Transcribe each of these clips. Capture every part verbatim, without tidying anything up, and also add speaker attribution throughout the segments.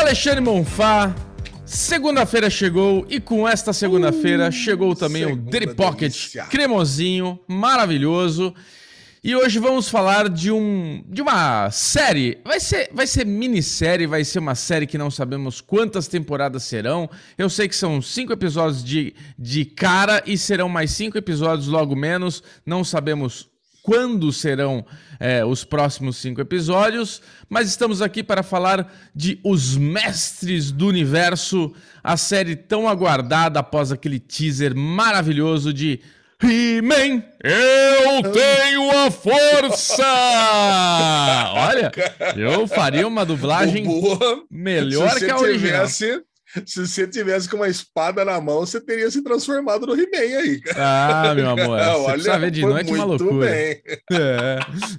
Speaker 1: Alexandre Monfá, segunda-feira chegou e com esta segunda-feira uh, chegou também o Daily Pocket delícia. Cremosinho, maravilhoso. E hoje vamos falar de, um, de uma série, vai ser, vai ser minissérie, vai ser uma série que não sabemos quantas temporadas serão. Eu sei que são cinco episódios de, de cara e serão mais cinco episódios logo menos, não sabemos quando serão é, os próximos cinco episódios, mas estamos aqui para falar de Os Mestres do Universo, a série tão aguardada após aquele teaser maravilhoso de He-Man, eu tenho a força! Olha, eu faria uma dublagem boa, melhor que a original.
Speaker 2: Tivesse... Se você tivesse com uma espada na mão, você teria se transformado no He-Man aí,
Speaker 1: cara. Ah, meu amor, você
Speaker 2: olha,
Speaker 1: precisa ver de noite uma loucura.
Speaker 2: Bem.
Speaker 1: É.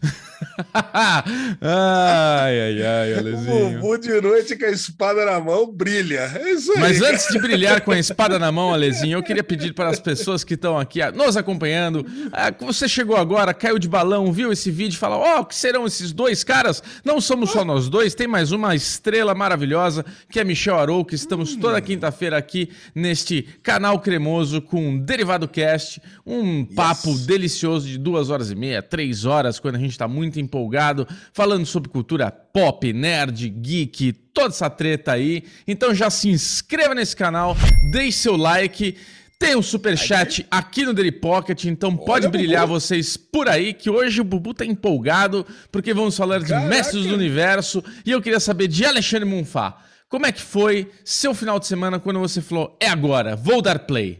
Speaker 1: ai, ai, ai, Alezinho.
Speaker 2: O Bubu de noite com a espada na mão brilha. É isso aí.
Speaker 1: Mas antes de brilhar com a espada na mão, Alezinho, eu queria pedir para as pessoas que estão aqui nos acompanhando, você chegou agora, caiu de balão, viu esse vídeo e fala, ó, oh, o que serão esses dois caras? Não somos só nós dois, tem mais uma estrela maravilhosa, que é Michel Arou, que estamos toda quinta-feira aqui neste canal cremoso com um Derivado Cast, um papo yes. delicioso de duas horas e meia, três horas, quando a gente está muito empolgado, falando sobre cultura pop, nerd, geek, toda essa treta aí. Então já se inscreva nesse canal, deixe seu like, tem um superchat aqui no Daily Pocket, então pode Olha, brilhar Bubu. Vocês por aí, que hoje o Bubu tá empolgado, porque vamos falar de Caraca. Mestres do Universo, e eu queria saber de Alexandre Monfá. Como é que foi seu final de semana quando você falou, é agora, vou dar play?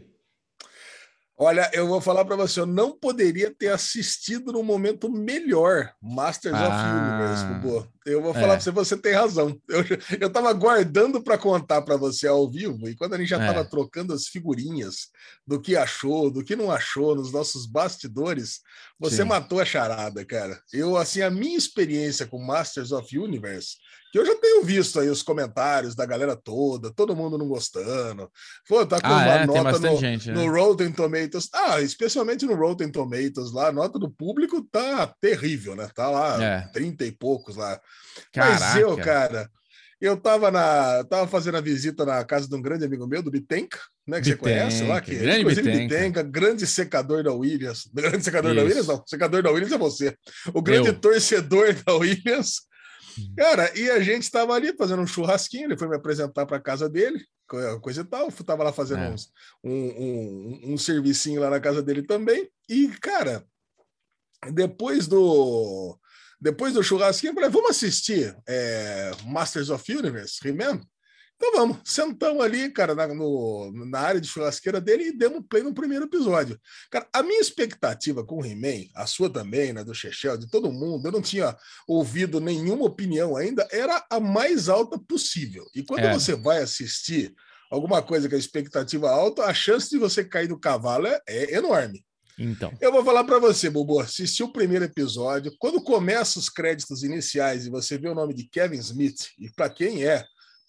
Speaker 2: Olha, eu vou falar para você, eu não poderia ter assistido num momento melhor Masters ah, of Universe, Bubu. Eu vou falar é. para você, você tem razão. Eu, eu tava guardando para contar para você ao vivo, e quando a gente já é. tava trocando as figurinhas do que achou, do que não achou nos nossos bastidores, você Sim. matou a charada, cara. Eu, assim, a minha experiência com Masters of Universe, que eu já tenho visto aí os comentários da galera toda, todo mundo não gostando. Pô, tá com ah, uma é? nota no, gente, no né? Rotten Tomatoes. Ah, especialmente no Rotten Tomatoes lá, a nota do público tá terrível, né? Tá lá, é. trinta e poucos lá. Caraca. Mas eu, cara, eu tava, na, tava fazendo a visita na casa de um grande amigo meu, do Bitenca, né? Que Bitenca, você conhece lá, que
Speaker 1: grande
Speaker 2: inclusive
Speaker 1: Bitenca.
Speaker 2: Bitenca, grande secador da Williams. Grande secador Isso. da Williams? Não, secador da Williams é você. O grande eu. torcedor da Williams. Cara, e a gente estava ali fazendo um churrasquinho, ele foi me apresentar para a casa dele, coisa e tal, eu tava lá fazendo é. uns, um, um, um servicinho lá na casa dele também, e, cara, depois do depois do churrasquinho, eu falei, vamos assistir é, Masters of Universe, He-Man? Então vamos, sentamos ali, cara, na, no, na área de churrasqueira dele e demos play no primeiro episódio. Cara, a minha expectativa com o He-Man, a sua também, né, do Chechel, de todo mundo, eu não tinha ouvido nenhuma opinião ainda, era a mais alta possível. E quando é. você vai assistir alguma coisa com a expectativa alta, a chance de você cair do cavalo é, é enorme.
Speaker 1: Então.
Speaker 2: Eu vou falar para você, Bubu, assisti o primeiro episódio, quando começa os créditos iniciais e você vê o nome de Kevin Smith, e para quem é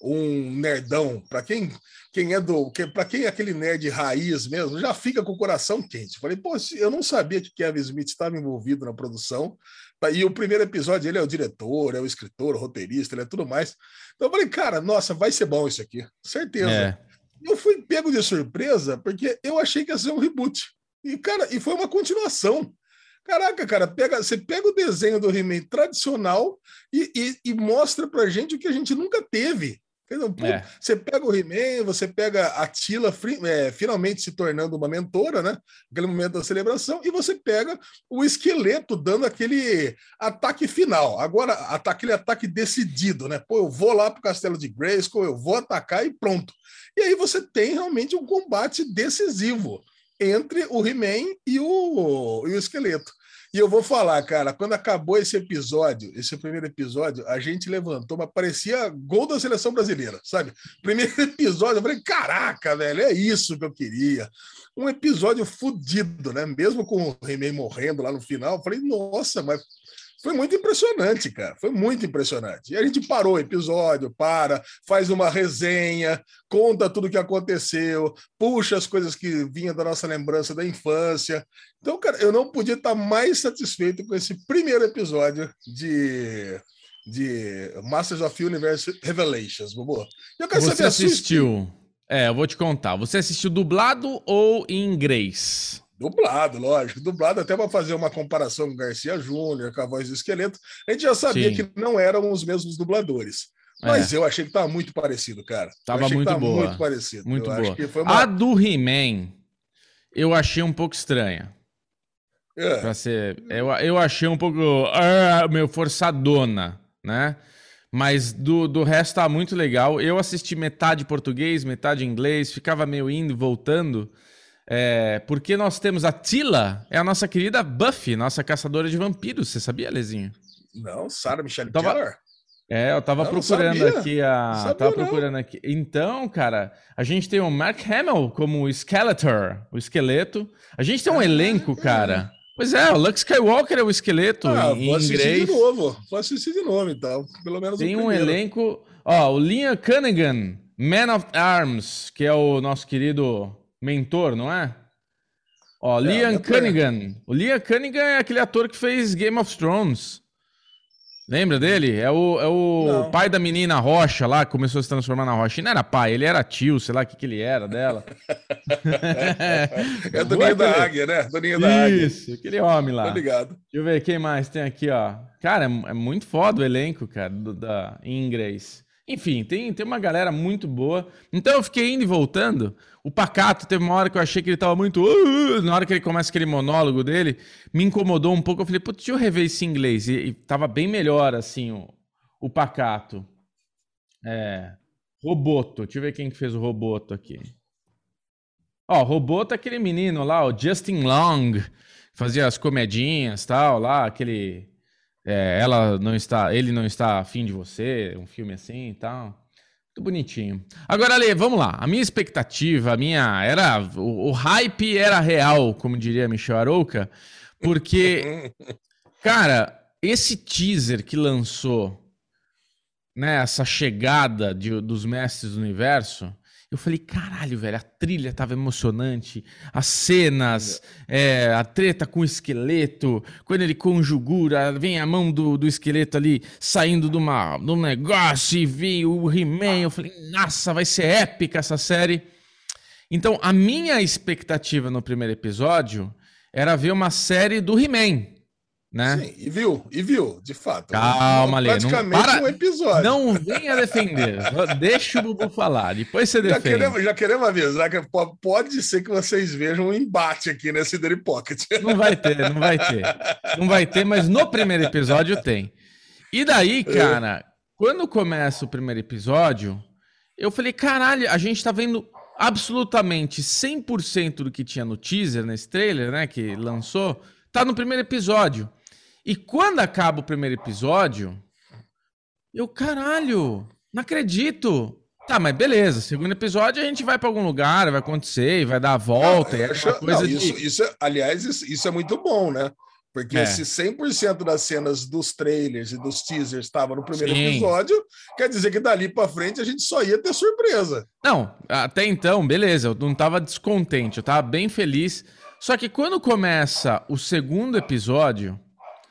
Speaker 2: um nerdão, para quem, quem é do, para quem é aquele nerd raiz mesmo, já fica com o coração quente. Falei, pô, eu não sabia que Kevin Smith estava envolvido na produção. E o primeiro episódio, ele é o diretor, é o escritor, o roteirista, ele é tudo mais. Então eu falei, cara, nossa, vai ser bom isso aqui, certeza. É. Eu fui pego de surpresa porque eu achei que ia ser um reboot. E, cara, e foi uma continuação. Caraca, cara, pega, você pega o desenho do He-Man tradicional e, e, e mostra pra gente o que a gente nunca teve. Pô, é. Você pega o He-Man, você pega a Teela é, finalmente se tornando uma mentora, né? Aquele momento da celebração, e você pega o Esqueleto dando aquele ataque final. Agora, aquele ataque decidido, né? Pô, eu vou lá pro Castelo de Grayskull, eu vou atacar e pronto. E aí você tem realmente um combate decisivo entre o He-Man e o, e o Esqueleto. E eu vou falar, cara, quando acabou esse episódio, esse primeiro episódio, a gente levantou, mas parecia gol da seleção brasileira, sabe? Primeiro episódio, eu falei, caraca, velho, é isso que eu queria. Um episódio fodido, né? Mesmo com o He-Man morrendo lá no final, eu falei, nossa, mas foi muito impressionante, cara. Foi muito impressionante. E a gente parou o episódio, para, faz uma resenha, conta tudo o que aconteceu, puxa as coisas que vinham da nossa lembrança da infância. Então, cara, eu não podia estar mais satisfeito com esse primeiro episódio de de Masters of Universe Revelations, Bobo. Eu quero
Speaker 1: Você
Speaker 2: saber
Speaker 1: assistiu? É, eu vou te contar. Você assistiu dublado ou em inglês?
Speaker 2: Dublado, lógico. Dublado até para fazer uma comparação com Garcia Júnior, com a voz do Esqueleto. A gente já sabia
Speaker 1: Sim.
Speaker 2: que não eram os mesmos dubladores. Mas é. eu achei que tava muito parecido, cara.
Speaker 1: Tava
Speaker 2: eu achei
Speaker 1: muito
Speaker 2: que tava
Speaker 1: boa.
Speaker 2: muito parecido.
Speaker 1: Muito
Speaker 2: eu
Speaker 1: boa.
Speaker 2: Acho que foi uma...
Speaker 1: A do He-Man, eu achei um pouco estranha.
Speaker 2: É.
Speaker 1: Pra ser... eu, eu achei um pouco... Ah, meio forçadona, né? Mas do, do resto tá muito legal. Eu assisti metade português, metade inglês. Ficava meio indo e voltando. É, porque nós temos a Tila, é a nossa querida Buffy, nossa caçadora de vampiros. Você sabia, Lezinho?
Speaker 2: Não, Sarah Michelle
Speaker 1: tava...
Speaker 2: Gellar.
Speaker 1: É, eu tava não, procurando não aqui a. Não sabia, tava procurando não. aqui. Então, cara, a gente tem o Mark Hamill como o Skeletor, o esqueleto. A gente tem um ah, elenco, é. cara. Pois é, o Luke Skywalker é o esqueleto
Speaker 2: ah,
Speaker 1: em,
Speaker 2: vou
Speaker 1: em inglês.
Speaker 2: Assistir de novo. Vou assistir de novo, então. Pelo menos
Speaker 1: tem
Speaker 2: o
Speaker 1: um elenco. Ó, o Liam Cunningham, Man of Arms, que é o nosso querido mentor, não é? Ó, é, Liam Cunningham. O Liam Cunningham é aquele ator que fez Game of Thrones. Lembra dele? É o, é o pai da menina Rocha lá, que começou a se transformar na Rocha. E não era pai, ele era tio, sei lá o que, que ele era dela.
Speaker 2: é a Doninha da Águia, né? Doninha da Águia.
Speaker 1: Isso, aquele homem lá.
Speaker 2: Tô ligado.
Speaker 1: Deixa eu ver quem mais tem aqui, ó. Cara, é, é muito foda o elenco, cara, do, da, em inglês. Enfim, tem, tem uma galera muito boa. Então eu fiquei indo e voltando. O Pacato teve uma hora que eu achei que ele tava muito... Uh, na hora que ele começa aquele monólogo dele, me incomodou um pouco. Eu falei, putz, deixa eu rever esse inglês. E, e tava bem melhor, assim, o, o Pacato. É... Roboto. Deixa eu ver quem que fez o Roboto aqui. Ó, o Roboto é aquele menino lá, o Justin Long. Fazia as comedinhas e tal, lá, aquele... É, ela não está... Ele não está afim de você, um filme assim e tal... Muito bonitinho. Agora, Ale, vamos lá. A minha expectativa, a minha... era o, o hype era real, como diria Michel Arouca, porque, cara, esse teaser que lançou, né, essa chegada de, dos Mestres do Universo, eu falei, caralho, velho, a trilha tava emocionante, as cenas, é, a treta com o esqueleto, quando ele conjugura, vem a mão do, do esqueleto ali saindo de, uma, de um negócio e vem o He-Man, eu falei, nossa, vai ser épica essa série. Então, a minha expectativa no primeiro episódio era ver uma série do He-Man. Né?
Speaker 2: Sim, e viu, e viu, de fato.
Speaker 1: Calma, Lê.
Speaker 2: Praticamente
Speaker 1: não, para,
Speaker 2: um episódio.
Speaker 1: Não venha defender. Deixa o Bubu falar. Depois você defende.
Speaker 2: Já queremos, já queremos avisar que pode ser que vocês vejam um embate aqui nesse Daily Pocket.
Speaker 1: Não vai ter, não vai ter. Não vai ter, mas no primeiro episódio tem. E daí, cara, é. quando começa o primeiro episódio, eu falei, caralho, a gente tá vendo absolutamente cem por cento do que tinha no teaser, nesse trailer, né, que lançou, tá no primeiro episódio. E quando acaba o primeiro episódio, eu, caralho, não acredito. Tá, mas beleza, segundo episódio a gente vai para algum lugar, vai acontecer, vai dar a volta. Não,
Speaker 2: é acho, coisa não, de... isso, isso é, aliás, isso, isso é muito bom, né? Porque é. se cem por cento das cenas dos trailers e dos teasers estavam no primeiro Sim. episódio, quer dizer que dali para frente a gente só ia ter surpresa.
Speaker 1: Não, até então, beleza, eu não tava descontente, eu tava bem feliz. Só que quando começa o segundo episódio...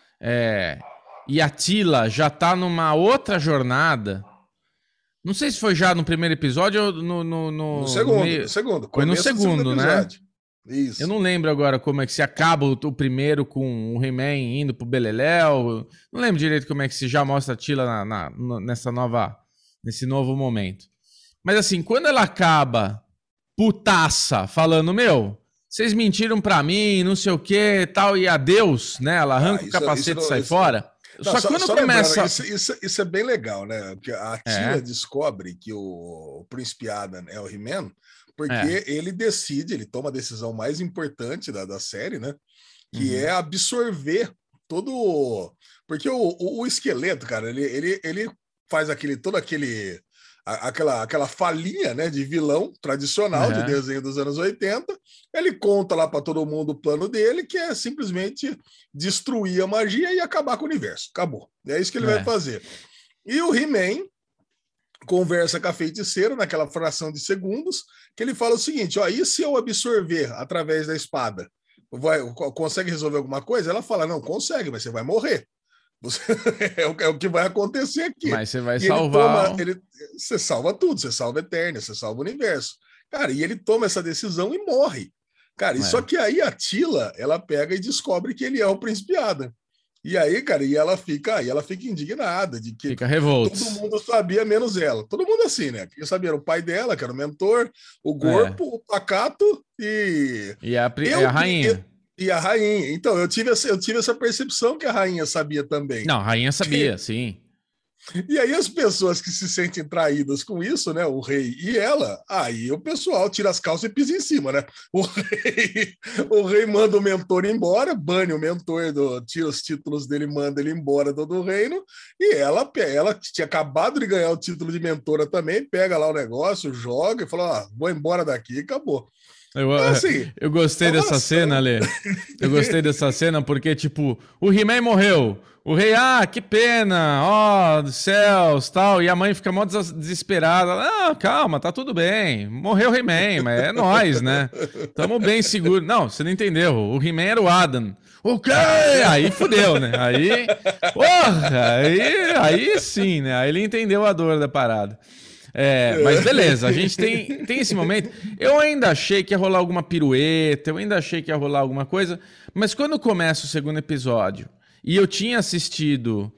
Speaker 1: É, e a Tila já tá numa outra jornada. Não sei se foi já no primeiro episódio ou no... No, no,
Speaker 2: no segundo,
Speaker 1: no meio...
Speaker 2: no segundo.
Speaker 1: Foi no segundo, né?
Speaker 2: Isso.
Speaker 1: Eu não lembro agora como é que se acaba o, o primeiro com o He-Man indo pro Beleléu. Não lembro direito como é que se já mostra a Tila na, na, nessa nova... Nesse novo momento. Mas assim, quando ela acaba putaça, falando, meu... Vocês mentiram pra mim, não sei o que, tal, e adeus, né? Ela arranca ah, isso, o capacete e sai isso... fora. Não, só, só quando só começa...
Speaker 2: Isso, isso, isso é bem legal, né? Porque a Tila é. descobre que o, o Príncipe Adam é o He-Man, porque é. ele decide, ele toma a decisão mais importante da, da série, né? Que uhum. é absorver todo... O... Porque o, o, o esqueleto, cara, ele, ele, ele faz aquele, todo aquele... Aquela, aquela falinha, né, de vilão tradicional uhum. de desenho dos anos oitenta, ele conta lá para todo mundo o plano dele, que é simplesmente destruir a magia e acabar com o universo. Acabou. É isso que ele é. vai fazer. E o He-Man conversa com a feiticeira naquela fração de segundos, que ele fala o seguinte, ó, e se eu absorver através da espada? Vai, consegue resolver alguma coisa? Ela fala, não, consegue, mas você vai morrer. Você, é, o, é o que vai acontecer aqui.
Speaker 1: Mas você vai
Speaker 2: e
Speaker 1: salvar...
Speaker 2: Ele toma, ele, você salva tudo, você salva a Eternia, você salva o universo. Cara, e ele toma essa decisão e morre. Cara, e é. Só que aí a Tila, ela pega e descobre que ele é o Príncipe Adam. E aí, cara, e ela fica, aí ela fica indignada de que
Speaker 1: fica revolta.
Speaker 2: Todo mundo sabia, menos ela. Todo mundo assim, né? Quem sabia era o pai dela, que era o mentor, o corpo, é. o pacato e...
Speaker 1: E a, eu, e a rainha.
Speaker 2: Eu, e a rainha. Então, eu tive, essa, eu tive essa percepção que a rainha sabia também.
Speaker 1: Não, a rainha sabia, que... sim.
Speaker 2: E aí as pessoas que se sentem traídas com isso, né, o rei e ela, aí o pessoal tira as calças e pisa em cima, né? O rei, o rei manda o mentor embora, bane o mentor, do, tira os títulos dele, manda ele embora do, do reino, e ela, ela tinha acabado de ganhar o título de mentora também, pega lá o negócio, joga e fala, ah, vou embora daqui e acabou.
Speaker 1: Eu, então, assim, eu gostei dessa nossa. cena, Lê. Eu gostei dessa cena porque, tipo, o He-Man morreu. O rei, ah, que pena, ó, oh, dos céus, tal. E a mãe fica mó desesperada. Ah, calma, tá tudo bem. Morreu o He-Man, mas é nós, né? Tamo bem seguro. Não, você não entendeu. O He-Man era o Adam. O quê? Aí fudeu, né? Aí, porra, aí, aí sim, né? Aí ele entendeu a dor da parada. É, mas beleza, a gente tem, tem esse momento. Eu ainda achei que ia rolar alguma pirueta, eu ainda achei que ia rolar alguma coisa, mas quando começa o segundo episódio e eu tinha assistido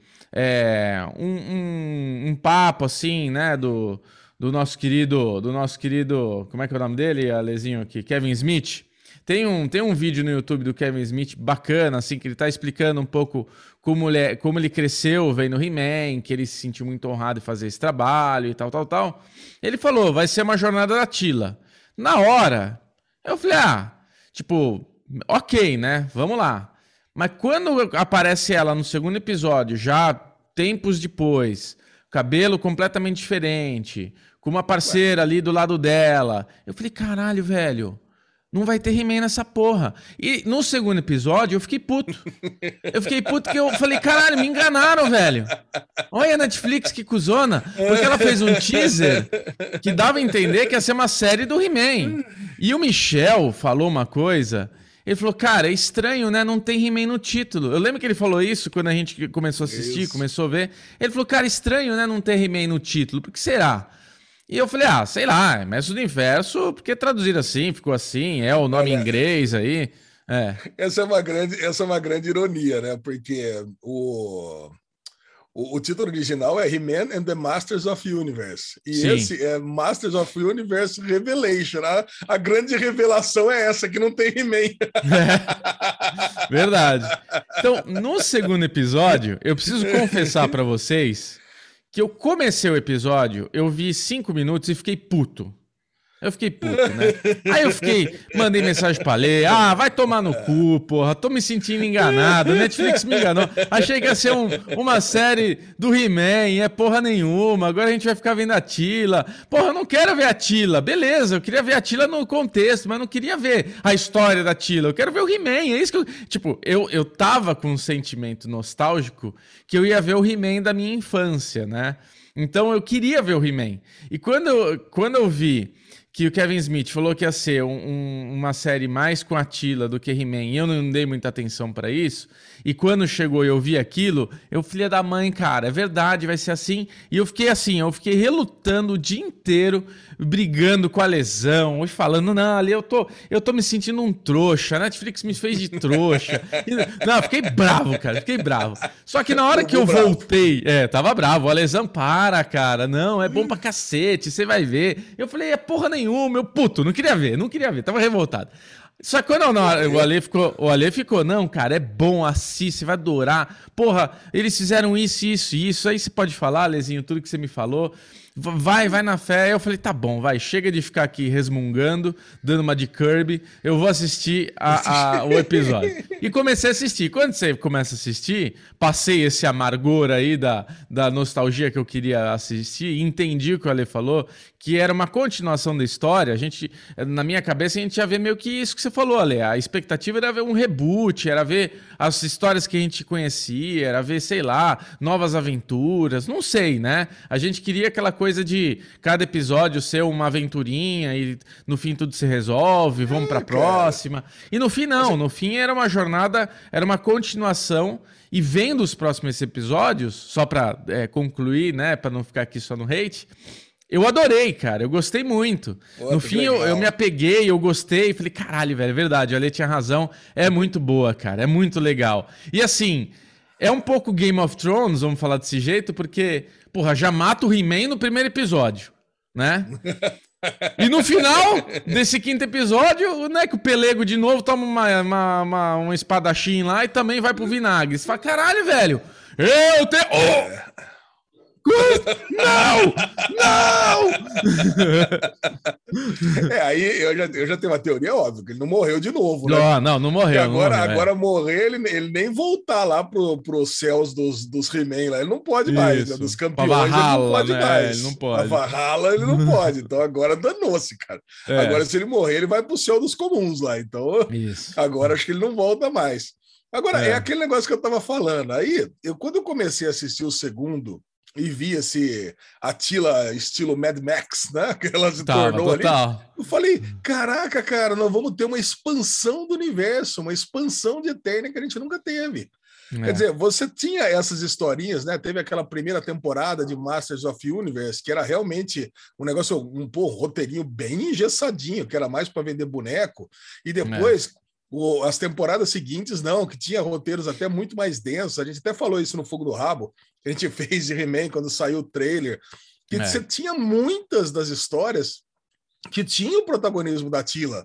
Speaker 1: é, um, um, um papo assim, né, do, do nosso querido, do nosso querido, como é que é o nome dele, Alezinho aqui, Kevin Smith. Tem um, tem um vídeo no YouTube do Kevin Smith bacana, assim, que ele tá explicando um pouco como ele, como ele cresceu vendo He-Man, que ele se sentiu muito honrado em fazer esse trabalho e tal, tal, tal. Ele falou, vai ser uma jornada da Tila. Na hora, eu falei, ah, tipo, ok, né, vamos lá. Mas quando aparece ela no segundo episódio, já tempos depois, cabelo completamente diferente, com uma parceira ali do lado dela, eu falei, caralho, velho, não vai ter He-Man nessa porra. E no segundo episódio eu fiquei puto. Eu fiquei puto porque eu falei, caralho, me enganaram, velho. Olha a Netflix que cuzona. Porque ela fez um teaser que dava a entender que ia ser uma série do He-Man. E o Michel falou uma coisa. Ele falou, cara, é estranho, né? Não tem He-Man no título. Eu lembro que ele falou isso quando a gente começou a assistir, isso. começou a ver. Ele falou, cara, estranho, né? Não ter He-Man no título. Por que será? E eu falei, ah, sei lá, é Mestre do Universo, porque traduzir assim, ficou assim, é o nome Olha, em inglês aí. É.
Speaker 2: Essa é uma grande, essa é uma grande ironia, né? Porque o, o, o título original é He-Man and the Masters of Universe. E Sim. esse é Masters of Universe Revelation. A, a grande revelação é essa, que não tem He-Man.
Speaker 1: É, verdade. Então, no segundo episódio, eu preciso confessar para vocês que eu comecei o episódio, eu vi cinco minutos e fiquei puto. Eu fiquei puto, né? Aí eu fiquei, mandei mensagem pra ler, ah, vai tomar no cu, porra, tô me sentindo enganado, Netflix me enganou, achei que ia ser um, uma série do He-Man, é porra nenhuma, agora a gente vai ficar vendo a Tila, porra, eu não quero ver a Tila, beleza, eu queria ver a Tila no contexto, mas não queria ver a história da Tila, eu quero ver o He-Man, é isso que eu, tipo, eu, eu tava com um sentimento nostálgico que eu ia ver o He-Man da minha infância, né? Então eu queria ver o He-Man, e quando eu, quando eu vi que o Kevin Smith falou que ia ser um, um, uma série mais com a Tila do que He-Man, e eu não dei muita atenção pra isso, e quando chegou e eu vi aquilo, eu, filha da mãe, cara, é verdade, vai ser assim, e eu fiquei assim, eu fiquei relutando o dia inteiro, brigando com a lesão, e falando, não, ali eu tô, eu tô me sentindo um trouxa, a Netflix me fez de trouxa, e, não, eu fiquei bravo, cara, fiquei bravo, só que na hora que eu voltei, é, tava bravo, a lesão, para, cara, não, é bom pra cacete, você vai ver, eu falei, é porra nenhuma, meu puto, não queria ver, não queria ver, tava revoltado. Só que quando não, o Ale ficou, o Ale ficou, não, cara, é bom, assiste, você vai adorar. Porra, eles fizeram isso, isso, isso. Aí você pode falar, Alezinho, tudo que você me falou. Vai, vai na fé. Aí eu falei, tá bom, vai, chega de ficar aqui resmungando, dando uma de Kirby. Eu vou assistir a, a, o episódio. E comecei a assistir. Quando você começa a assistir, passei esse amargor aí da, da nostalgia que eu queria assistir, entendi o que o Ale falou, que era uma continuação da história. A gente, na minha cabeça, a gente ia ver meio que isso que você falou, Ale. A expectativa era ver um reboot, era ver as histórias que a gente conhecia, era ver, sei lá, novas aventuras, não sei, né? A gente queria aquela coisa de cada episódio ser uma aventurinha e no fim tudo se resolve, vamos pra próxima. E no fim não, no fim era uma jornada, era uma continuação E vendo os próximos episódios, só pra é, concluir, né? Pra não ficar aqui só no hate, eu adorei, cara. Eu gostei muito.
Speaker 2: Pô,
Speaker 1: no fim, eu, eu me apeguei, eu gostei. Falei, caralho, velho, é verdade. A Ale tinha razão. É muito boa, cara. É muito legal. E assim, é um pouco Game of Thrones, vamos falar desse jeito, porque, porra, já mata o He-Man no primeiro episódio, né? E no final desse quinto episódio, né, que o Pelego de novo toma uma, uma, uma, um espadachim lá e também vai pro vinagre. Você fala, caralho, velho, eu tenho... Oh! Não! Não!
Speaker 2: É, aí eu já, eu já tenho uma teoria óbvia, que ele não morreu de novo, né?
Speaker 1: Não, não, não morreu.
Speaker 2: Agora,
Speaker 1: não morreu,
Speaker 2: agora
Speaker 1: é.
Speaker 2: morrer, ele, ele nem voltar lá pro, pros céus dos, dos He-Man lá, ele não pode mais, né? Dos campeões,
Speaker 1: Valhalla,
Speaker 2: ele não pode
Speaker 1: né?
Speaker 2: mais.
Speaker 1: Ele não pode.
Speaker 2: A Valhalla, ele não pode. Então agora danou-se, cara. É. Agora, se ele morrer, ele vai pro céu dos comuns lá. Então,
Speaker 1: Isso.
Speaker 2: Agora acho que ele não volta mais. Agora, é,
Speaker 1: É.
Speaker 2: aquele negócio que eu tava falando. Aí, eu, quando eu comecei a assistir o segundo e vi esse Attila estilo Mad Max, né? Que ela se
Speaker 1: Tava,
Speaker 2: tornou
Speaker 1: total.
Speaker 2: ali. Eu falei, caraca, cara, nós vamos ter uma expansão do universo, uma expansão de Eternia que a gente nunca teve. É. Quer dizer, você tinha essas historinhas, né? Teve aquela primeira temporada de Masters of Universe, que era realmente um negócio, um, pô, um roteirinho bem engessadinho, que era mais para vender boneco. E depois... É. O, as temporadas seguintes, não, que tinha roteiros até muito mais densos. A gente até falou isso no Fogo do Rabo, que a gente fez de He-Man quando saiu o trailer, que é. Você tinha muitas das histórias que tinha o protagonismo da Attila,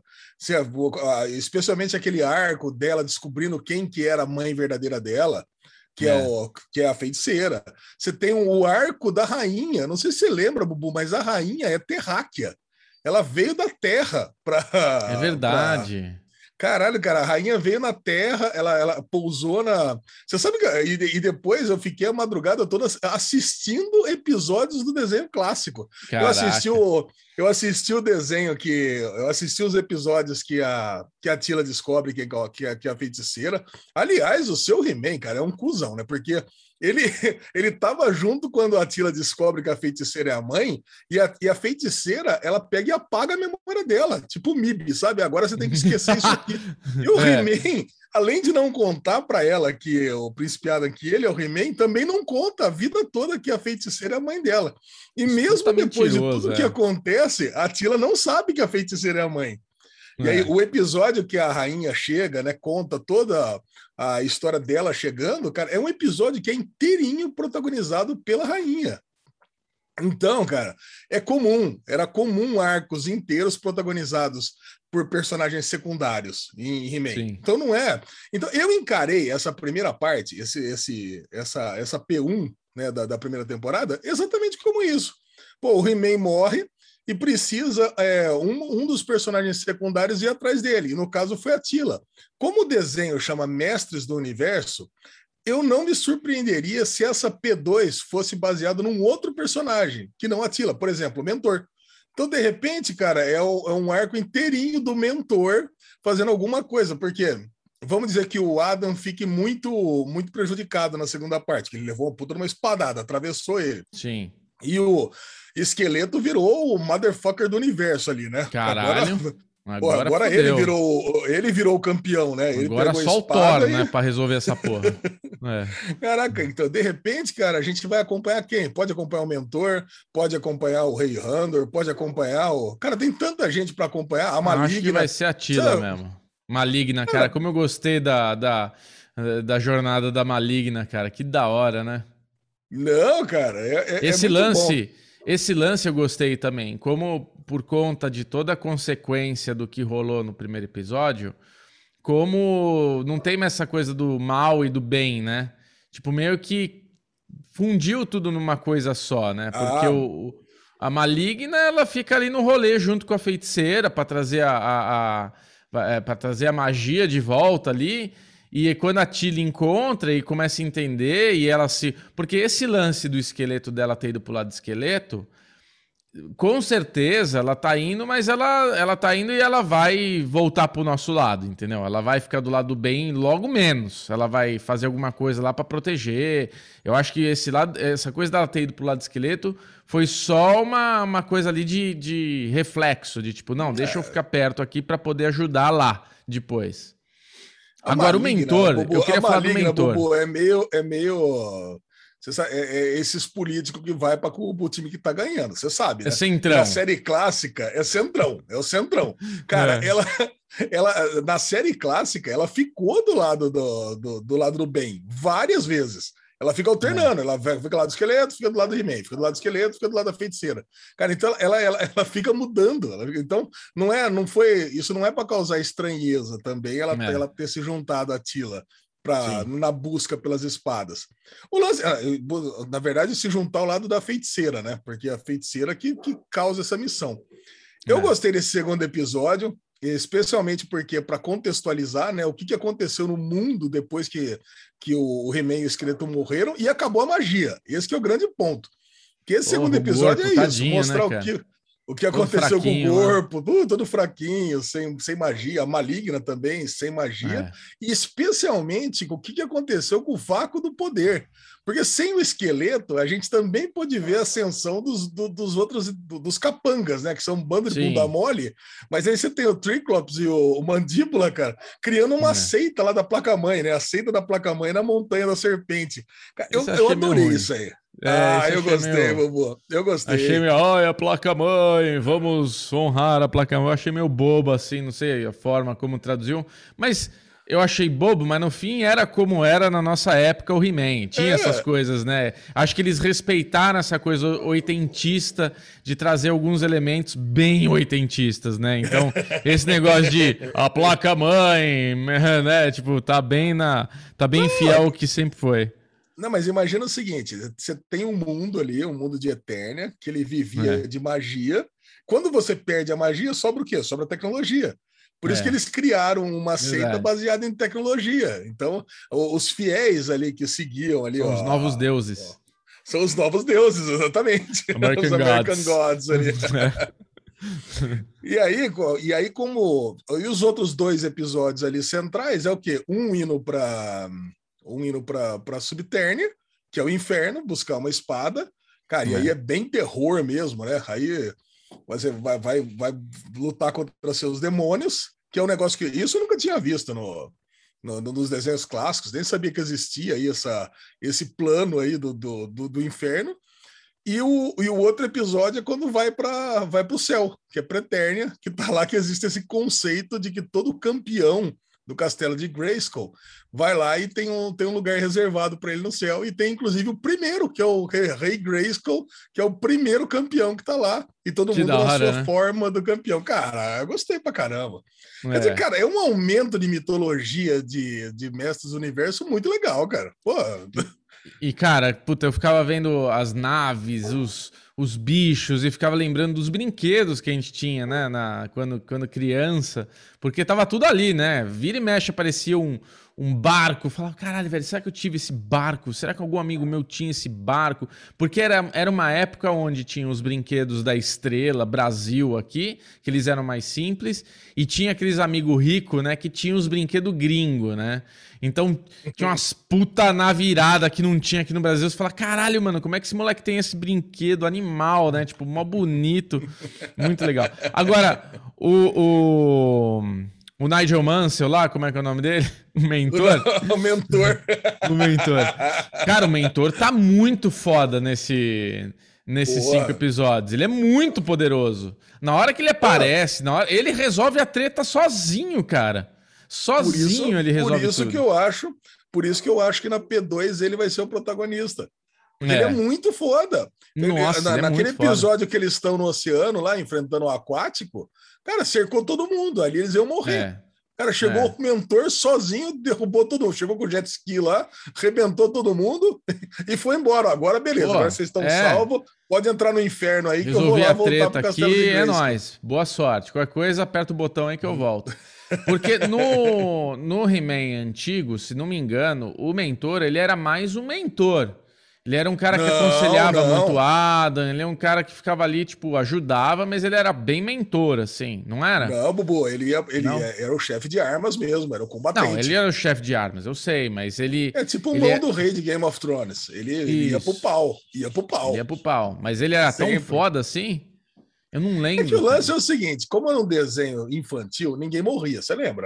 Speaker 2: especialmente aquele arco dela descobrindo quem que era a mãe verdadeira dela, que é, é, o, que é a feiticeira. Você tem o arco da rainha, não sei se você lembra, Bubu, mas a rainha é terráquea. Ela veio da Terra para...
Speaker 1: É verdade.
Speaker 2: Pra... Caralho, cara, a rainha veio na Terra, ela, ela pousou na... Você sabe que... E, e depois eu fiquei a madrugada toda assistindo episódios do desenho clássico. Eu assisti, o, eu assisti o desenho que... Eu assisti os episódios que a, que a Attila descobre que, que, a, que a feiticeira... Aliás, o seu He-Man, cara, é um cuzão, né? Porque... Ele, ele tava junto quando a Attila descobre que a feiticeira é a mãe, e a, e a feiticeira, ela pega e apaga a memória dela, tipo o M I B, sabe? Agora você tem que esquecer isso aqui. E o é. He-Man, além de não contar para ela que o príncipe Adam, que ele é o He-Man, também não conta a vida toda que a feiticeira é a mãe dela. E isso mesmo tá depois de tudo é. que acontece, a Attila não sabe que a feiticeira é a mãe. E aí, é. o episódio que a rainha chega, né, conta toda a história dela chegando, cara, é um episódio que é inteirinho protagonizado pela rainha. Então, cara, é comum, era comum arcos inteiros protagonizados por personagens secundários em He-Man. Então, não é... Então, eu encarei essa primeira parte, esse, esse, essa, essa P um, né, da, da primeira temporada, exatamente como isso. Pô, o He-Man morre, e precisa é, um, um dos personagens secundários ir atrás dele. E no caso foi a Attila. Como o desenho chama Mestres do Universo, eu não me surpreenderia se essa P dois fosse baseado num outro personagem, que não a Attila. Por exemplo, o Mentor. Então, de repente, cara, é, o, é um arco inteirinho do Mentor fazendo alguma coisa, porque... Vamos dizer que o Adam fique muito, muito prejudicado na segunda parte, que ele levou uma puta numa espadada, atravessou ele.
Speaker 1: Sim.
Speaker 2: E o Esqueleto virou o motherfucker do universo ali, né?
Speaker 1: Caralho.
Speaker 2: Agora,
Speaker 1: agora,
Speaker 2: pô, agora ele virou ele virou o campeão, né? Ele
Speaker 1: agora só o Thor, e... né? Pra resolver essa porra. É.
Speaker 2: Caraca, então, de repente, cara, a gente vai acompanhar quem? Pode acompanhar o Mentor, pode acompanhar o Rei Randor, pode acompanhar o... Cara, tem tanta gente pra acompanhar. A Maligna...
Speaker 1: Acho que vai ser a Attila mesmo. Maligna, cara. Como eu gostei da, da, da jornada da Maligna, cara. Que da hora, né?
Speaker 2: Não, cara, é, é
Speaker 1: esse
Speaker 2: é muito
Speaker 1: lance,
Speaker 2: bom.
Speaker 1: Esse lance eu gostei também. Como por conta de toda a consequência do que rolou no primeiro episódio, como não tem mais essa coisa do mal e do bem, né? Tipo, meio que fundiu tudo numa coisa só, né? Porque
Speaker 2: Ah.
Speaker 1: o, a Maligna, ela fica ali no rolê junto com a feiticeira para trazer a, a, a para trazer a magia de volta ali. E quando a Tilly encontra e começa a entender, e ela se... Porque esse lance do esqueleto dela ter ido pro lado do esqueleto, com certeza ela tá indo, mas ela, ela tá indo e ela vai voltar pro nosso lado, entendeu? Ela vai ficar do lado do bem logo menos. Ela vai fazer alguma coisa lá para proteger. Eu acho que esse lado, essa coisa dela ter ido pro lado do esqueleto foi só uma, uma coisa ali de, de reflexo, de tipo, não, deixa eu ficar perto aqui para poder ajudar lá depois.
Speaker 2: A
Speaker 1: Agora,
Speaker 2: Maligna,
Speaker 1: o mentor,
Speaker 2: Bubu,
Speaker 1: eu queria
Speaker 2: a
Speaker 1: falar
Speaker 2: Maligna,
Speaker 1: do mentor.
Speaker 2: Bubu, é meio, é meio, você sabe, é, é esses políticos que vai para o time que tá ganhando, você sabe,
Speaker 1: É
Speaker 2: né? E na
Speaker 1: centrão.
Speaker 2: série clássica é centrão, é o centrão. Cara,
Speaker 1: É.
Speaker 2: ela, ela na série clássica ela ficou do lado do, do, do lado do bem várias vezes. Ela fica alternando, é. ela fica do lado do esqueleto, fica do lado do He-Man, fica do lado do esqueleto, fica do lado da feiticeira. Cara, então ela, ela, ela fica mudando. Ela, então, não é, não foi, isso não é para causar estranheza também, ela, é. ela ter se juntado a Tila pra, na busca pelas espadas. O lance, na verdade, se juntar ao lado da feiticeira, né? Porque é a feiticeira que, que causa essa missão. Eu é. gostei desse segundo episódio, especialmente porque, para contextualizar, né, o que, que aconteceu no mundo depois que, que o He-Man e o Esqueleto morreram e acabou a magia. Esse que é o grande ponto. Que esse oh, segundo episódio corpo, é isso, tadinho, mostrar né, o que, o que aconteceu com o corpo, tudo, todo fraquinho, sem, sem magia, a Maligna também, sem magia, é. e especialmente o que, que aconteceu com o vácuo do poder. Porque sem o esqueleto, a gente também pode ver a ascensão dos, do, dos outros, do, dos capangas, né? Que são um bando de Sim. bunda mole. Mas aí você tem o Triclops e o, o Mandíbula, cara, criando uma é. seita lá da placa-mãe, né? A seita da placa-mãe na Montanha da Serpente. Eu, eu adorei isso aí. É, ah, eu gostei, meio... Bobo. Eu gostei.
Speaker 1: Achei meio, olha a placa-mãe, vamos honrar a placa-mãe. Eu achei meio bobo, assim, não sei a forma como traduziu. Mas... eu achei bobo, mas no fim era como era na nossa época o He-Man. Tinha é. essas coisas, né? Acho que eles respeitaram essa coisa oitentista de trazer alguns elementos bem oitentistas, né? Então, esse negócio de a placa-mãe, né? Tipo, tá bem, na, tá bem fiel ao que sempre foi.
Speaker 2: Não, mas imagina o seguinte, você tem um mundo ali, um mundo de Eternia, que ele vivia é. de magia. Quando você perde a magia, sobra o quê? Sobra a tecnologia. Por isso é. que eles criaram uma Verdade. seita baseada em tecnologia. Então, os fiéis ali que seguiam ali...
Speaker 1: São
Speaker 2: ó,
Speaker 1: os novos deuses.
Speaker 2: Ó, são os novos deuses, exatamente.
Speaker 1: American
Speaker 2: os American Gods, Gods ali.
Speaker 1: É.
Speaker 2: e, aí, e aí, como... E os outros dois episódios ali centrais é o quê? Um indo para um indo para Subternia, que é o inferno, buscar uma espada. Cara, é. e aí é bem terror mesmo, né? Aí... Você vai, vai, vai lutar contra seus demônios, que é um negócio que... Isso eu nunca tinha visto no, no, nos desenhos clássicos, nem sabia que existia aí essa, esse plano aí do, do, do, do inferno. E o, e o outro episódio é quando vai para vai o céu, que é pra Eternia, que tá lá que existe esse conceito de que todo campeão do castelo de Grayskull vai lá e tem um, tem um lugar reservado para ele no céu, e tem inclusive o primeiro, que é o Rei Grayskull, que é o primeiro campeão que tá lá, e todo que mundo na hora, sua né? forma do campeão. Cara, eu gostei pra caramba. É. Quer dizer, cara, é um aumento de mitologia de, de Mestres do Universo muito legal, cara. Pô...
Speaker 1: E, cara, puta, eu ficava vendo as naves, os, os bichos, e ficava lembrando dos brinquedos que a gente tinha, né, na, quando, quando criança, porque tava tudo ali, né? Vira e mexe aparecia um, um barco, eu falava, caralho, velho, será que eu tive esse barco? Será que algum amigo meu tinha esse barco? Porque era, era uma época onde tinha os brinquedos da Estrela, Brasil aqui, que eles eram mais simples, e tinha aqueles amigos ricos, né, que tinham os brinquedos gringo, né? Então, tinha umas puta navirada que não tinha aqui no Brasil. Você fala, caralho, mano, como é que esse moleque tem esse brinquedo animal, né? Tipo, mó bonito. Muito legal. Agora, o, o, o Nigel Mansell lá, como é que é o nome dele? O mentor?
Speaker 2: O mentor.
Speaker 1: O mentor. Cara, o mentor tá muito foda nesse... Nesses Boa. cinco episódios. Ele é muito poderoso. Na hora que ele aparece, na hora, ele resolve a treta sozinho, cara. Sozinho isso, ele resolve
Speaker 2: por isso
Speaker 1: tudo.
Speaker 2: que eu acho, por isso que eu acho que na P dois ele vai ser o protagonista. Porque
Speaker 1: É.
Speaker 2: ele é muito foda.
Speaker 1: Nossa,
Speaker 2: na,
Speaker 1: ele é
Speaker 2: naquele
Speaker 1: muito
Speaker 2: episódio
Speaker 1: foda.
Speaker 2: que eles estão no oceano lá enfrentando o aquático, cara, cercou todo mundo, ali eles iam morrer.
Speaker 1: É.
Speaker 2: Cara, chegou é. o mentor sozinho, derrubou todo mundo, chegou com o jet ski lá, arrebentou todo mundo e foi embora. Agora beleza, Pô, agora vocês estão é. salvos, pode entrar no inferno aí.
Speaker 1: Resolvi
Speaker 2: que eu vou lá
Speaker 1: a
Speaker 2: voltar
Speaker 1: treta
Speaker 2: pro castelo
Speaker 1: aqui,
Speaker 2: de Grayskull.
Speaker 1: É nóis. Boa sorte. Qualquer coisa, aperta o botão aí que eu volto. Porque no, no He-Man antigo, se não me engano, o mentor, ele era mais um mentor. Ele era um cara que não, aconselhava não. muito Adam, ele é um cara que ficava ali, tipo, ajudava, mas ele era bem mentor, assim, não era?
Speaker 2: Não, Bubu, ele, ia, ele ia, era o chefe de armas mesmo, era o combatente.
Speaker 1: Não, ele era o chefe de armas, eu sei, mas ele...
Speaker 2: É tipo o
Speaker 1: mão
Speaker 2: é... do rei de Game of Thrones, ele, ele ia pro pau, ia pro pau.
Speaker 1: Ele ia pro pau, mas ele era Sempre. tão foda assim? Eu não lembro.
Speaker 2: É que o lance é o seguinte, como era um desenho infantil, ninguém morria, você lembra, né?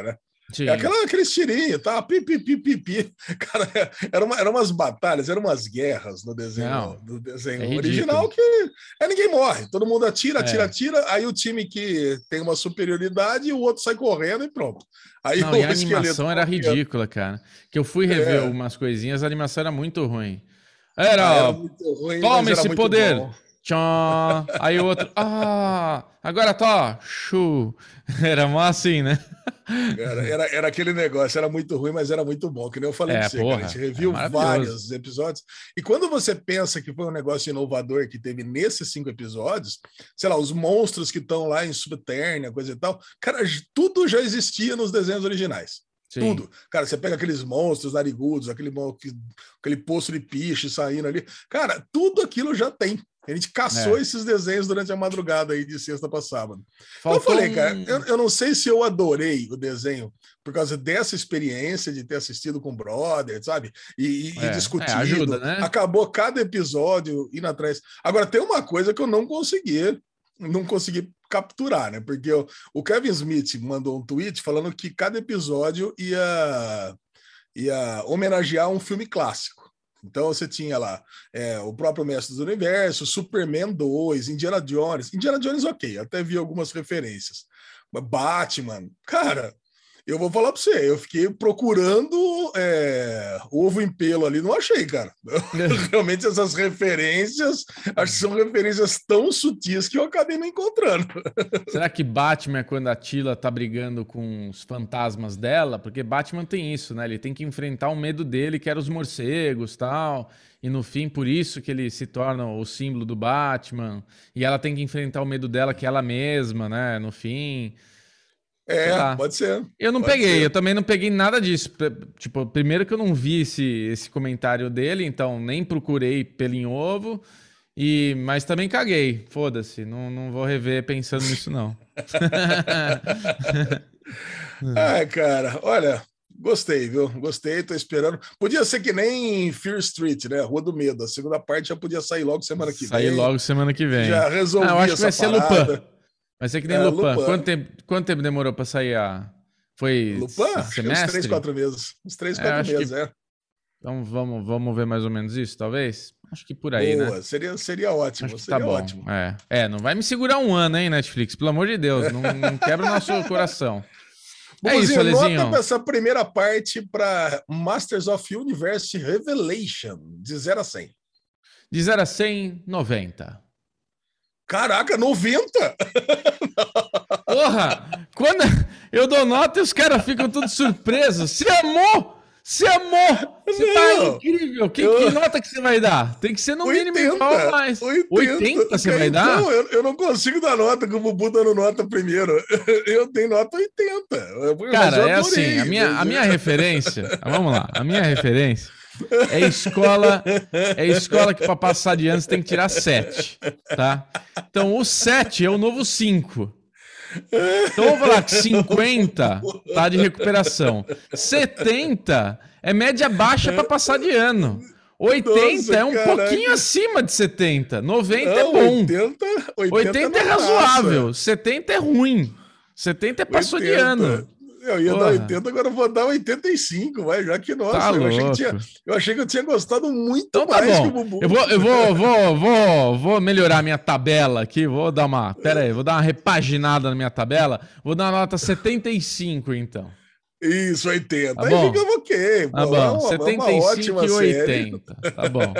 Speaker 1: Sim.
Speaker 2: É aquela, aqueles tirinhos, tá? Pi, pi, pi, pi, pi. Cara, era uma, eram umas batalhas, eram umas guerras no desenho,
Speaker 1: Não,
Speaker 2: no desenho
Speaker 1: é
Speaker 2: original
Speaker 1: ridículo.
Speaker 2: que é, ninguém morre. Todo mundo atira, atira,
Speaker 1: É.
Speaker 2: atira. Aí o time que tem uma superioridade, o outro sai correndo e pronto. Aí
Speaker 1: Não,
Speaker 2: o
Speaker 1: e a
Speaker 2: esqueleto.
Speaker 1: animação era ridícula, cara. Que eu fui rever
Speaker 2: É,
Speaker 1: umas coisinhas, a animação era muito ruim.
Speaker 2: ah, era
Speaker 1: Era,
Speaker 2: muito ruim, mas
Speaker 1: toma
Speaker 2: era
Speaker 1: esse
Speaker 2: muito
Speaker 1: poder.
Speaker 2: bom.
Speaker 1: Tchau. Aí o outro, ah, agora tá, chu. Era mó assim, né?
Speaker 2: Era, era, era aquele negócio, era muito ruim, mas era muito bom, que nem eu falei
Speaker 1: É,
Speaker 2: pra você, cara. A
Speaker 1: porra,
Speaker 2: gente
Speaker 1: é
Speaker 2: reviu
Speaker 1: maravilhoso.
Speaker 2: vários episódios. E quando você pensa que foi um negócio inovador que teve nesses cinco episódios, sei lá, os monstros que estão lá em Subterrânea, coisa e tal, cara, tudo já existia nos desenhos originais.
Speaker 1: Sim.
Speaker 2: Tudo. Cara, você pega aqueles monstros narigudos, aquele, aquele poço de piche saindo ali. Cara, tudo aquilo já tem. A gente caçou
Speaker 1: É.
Speaker 2: esses desenhos durante a madrugada aí de sexta para sábado. Então eu
Speaker 1: Faltou
Speaker 2: falei,
Speaker 1: um...
Speaker 2: cara, eu, eu não sei se eu adorei o desenho por causa dessa experiência de ter assistido com o brother, sabe? E, e,
Speaker 1: É,
Speaker 2: e
Speaker 1: é,
Speaker 2: discutido.
Speaker 1: ajuda, né?
Speaker 2: Acabou cada episódio indo atrás. Agora, tem uma coisa que eu não consegui, não consegui capturar, né? Porque eu, o Kevin Smith mandou um tweet falando que cada episódio ia, ia homenagear um filme clássico. Então você tinha lá é, o próprio Mestre do Universo, Superman dois, Indiana Jones. Indiana Jones, ok, até vi algumas referências. Batman, cara, eu vou falar para você, eu fiquei procurando é, ovo em pelo ali, não achei, cara. Realmente essas referências, acho que são referências tão sutis que eu acabei não encontrando.
Speaker 1: Será que Batman é quando a Tila tá brigando com os fantasmas dela? Porque Batman tem isso, né? Ele tem que enfrentar o medo dele, que era os morcegos e tal. E no fim, por isso que ele se torna o símbolo do Batman. E ela tem que enfrentar o medo dela, que é ela mesma, né? No fim... Sei
Speaker 2: É,
Speaker 1: lá.
Speaker 2: pode ser.
Speaker 1: Eu não
Speaker 2: pode
Speaker 1: peguei,
Speaker 2: ser.
Speaker 1: eu também não peguei nada disso. Tipo, primeiro que eu não vi esse, esse comentário dele, então nem procurei pelo em ovo. E, mas também caguei. Foda-se, não, não vou rever pensando nisso, não.
Speaker 2: Ai, cara, olha, gostei, viu? Gostei, tô esperando. Podia ser que nem Fear Street, né? Rua do Medo. A segunda parte já podia sair logo semana que
Speaker 1: Sair
Speaker 2: vem.
Speaker 1: logo semana que vem.
Speaker 2: Já resolvi
Speaker 1: Ah, eu acho que
Speaker 2: essa
Speaker 1: vai ser
Speaker 2: parada.
Speaker 1: Lupin. Vai ser que nem
Speaker 2: É,
Speaker 1: Lupin.
Speaker 2: Lupin.
Speaker 1: Quanto tempo, quanto tempo demorou pra sair a... Foi
Speaker 2: Lupin? Acho que uns
Speaker 1: semestre?
Speaker 2: três, quatro meses. Uns três,
Speaker 1: É,
Speaker 2: quatro
Speaker 1: acho
Speaker 2: meses,
Speaker 1: que-
Speaker 2: é.
Speaker 1: Então vamos, vamos ver mais ou menos isso, talvez? Acho que por aí, né?
Speaker 2: Boa, seria, seria ótimo,
Speaker 1: Acho que tá
Speaker 2: seria
Speaker 1: bom.
Speaker 2: ótimo.
Speaker 1: É. é, não vai me segurar um ano, hein, Netflix? Pelo amor de Deus, não, não quebra o nosso coração. É isso,
Speaker 2: Bubuzinho, nota
Speaker 1: Alezinho.
Speaker 2: pra essa primeira parte para Masters of Universe Revelation, de zero a cem.
Speaker 1: De zero a cem, noventa.
Speaker 2: Caraca, noventa!
Speaker 1: Porra! Quando eu dou nota e os caras ficam todos surpresos. Você amou! Você amou! Você tá
Speaker 2: Não,
Speaker 1: incrível! Que,
Speaker 2: eu-
Speaker 1: que nota que você vai dar? Tem que ser no mínimo igual a mais. oitenta você vai dar?
Speaker 2: Não, eu, eu não consigo dar nota com o Bubu dando nota primeiro. Eu tenho nota oitenta. Eu- mas
Speaker 1: Cara,
Speaker 2: eu
Speaker 1: é
Speaker 2: adorei,
Speaker 1: assim, a minha,
Speaker 2: mas-
Speaker 1: a minha referência, vamos lá, a minha referência é escola, é escola que para passar de ano você tem que tirar sete, tá? Então o sete é o novo cinco. Então vamos falar que cinquenta tá de recuperação. setenta é média baixa para passar de ano. oitenta
Speaker 2: Nossa,
Speaker 1: é um
Speaker 2: caraca.
Speaker 1: pouquinho acima de setenta. noventa é
Speaker 2: Não,
Speaker 1: bom.
Speaker 2: oitenta, oitenta,
Speaker 1: oitenta é
Speaker 2: não passa.
Speaker 1: razoável. setenta é ruim. setenta é passou de
Speaker 2: oitenta.
Speaker 1: ano.
Speaker 2: Eu ia
Speaker 1: Porra.
Speaker 2: dar oitenta, agora eu vou dar oitenta e cinco, vai, já que, nossa,
Speaker 1: Tá
Speaker 2: eu, achei que tinha,
Speaker 1: louco.
Speaker 2: eu achei que eu tinha gostado muito
Speaker 1: Então tá
Speaker 2: mais que o
Speaker 1: bom.
Speaker 2: Bubu.
Speaker 1: Eu vou, eu vou, vou, vou, vou melhorar minha tabela aqui. Vou dar uma. Pera aí, vou dar uma repaginada na minha tabela. Vou dar uma nota setenta e cinco, então.
Speaker 2: Isso, oitenta.
Speaker 1: Tá
Speaker 2: Aí
Speaker 1: bom.
Speaker 2: fica ok.
Speaker 1: Tá
Speaker 2: pô, é
Speaker 1: bom.
Speaker 2: uma,
Speaker 1: setenta
Speaker 2: é
Speaker 1: e
Speaker 2: uma
Speaker 1: cinco
Speaker 2: ótima
Speaker 1: e
Speaker 2: série.
Speaker 1: oitenta. Tá bom.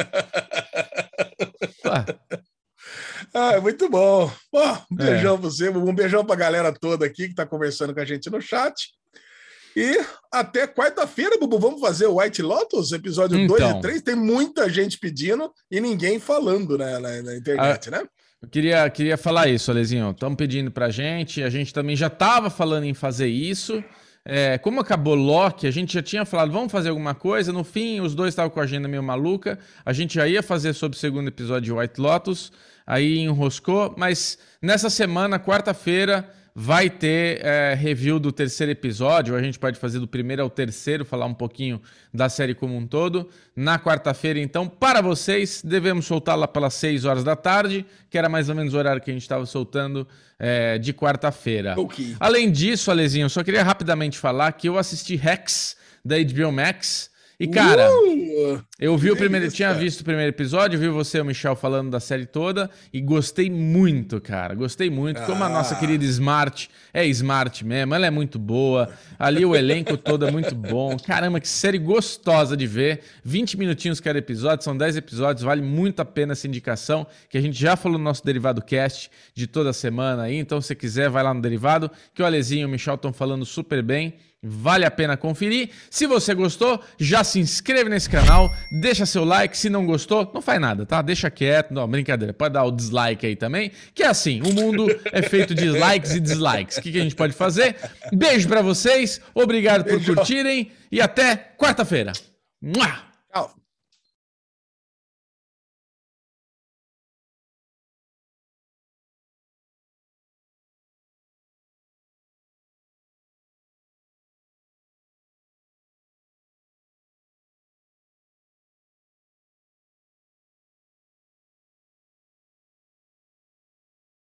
Speaker 1: Ué,
Speaker 2: Ah, muito bom. Ó, um
Speaker 1: É.
Speaker 2: beijão pra você, um beijão pra galera toda aqui que tá conversando com a gente no chat. E até quarta-feira, Bubu, vamos fazer o White Lotus, episódio dois
Speaker 1: Então.
Speaker 2: e três. Tem muita gente pedindo e ninguém falando né, na, na internet, né?
Speaker 1: Eu queria, queria falar isso, Alezinho. Estão pedindo pra gente. A gente também já estava falando em fazer isso. É, como acabou Loki, a gente já tinha falado, vamos fazer alguma coisa. No fim, os dois estavam com a agenda meio maluca. A gente já ia fazer sobre o segundo episódio de White Lotus. Aí enroscou. Mas nessa semana, quarta-feira, vai ter é, review do terceiro episódio, a gente pode fazer do primeiro ao terceiro, falar um pouquinho da série como um todo. Na quarta-feira, então, para vocês, devemos soltá-la pelas seis horas da tarde, que era mais ou menos o horário que a gente estava soltando é, de quarta-feira.
Speaker 2: Okay.
Speaker 1: Além disso, Alezinho, eu só queria rapidamente falar que eu assisti Rex, da H B O Max. E, cara, uh, eu vi o primeiro, isso, tinha cara. visto o primeiro episódio, vi você e o Michel falando da série toda e gostei muito, cara. Gostei muito. Ah. Como a nossa querida Smart é Smart mesmo, ela é muito boa. Ali o elenco todo é muito bom. Caramba, que série gostosa de ver. vinte minutinhos cada episódio, são dez episódios, vale muito a pena essa indicação, que a gente já falou no nosso Derivado Cast de toda semana aí. Então, se você quiser, vai lá no Derivado, que o Alezinho e o Michel estão falando super bem. Vale a pena conferir. Se você gostou, já se inscreve nesse canal, deixa seu like. Se não gostou, não faz nada, tá? Deixa quieto. Não, brincadeira. Pode dar o dislike aí também. Que é assim, o mundo é feito de likes e dislikes. O que, que a gente pode fazer? Beijo pra vocês. Obrigado por Beijo. curtirem. E até quarta-feira.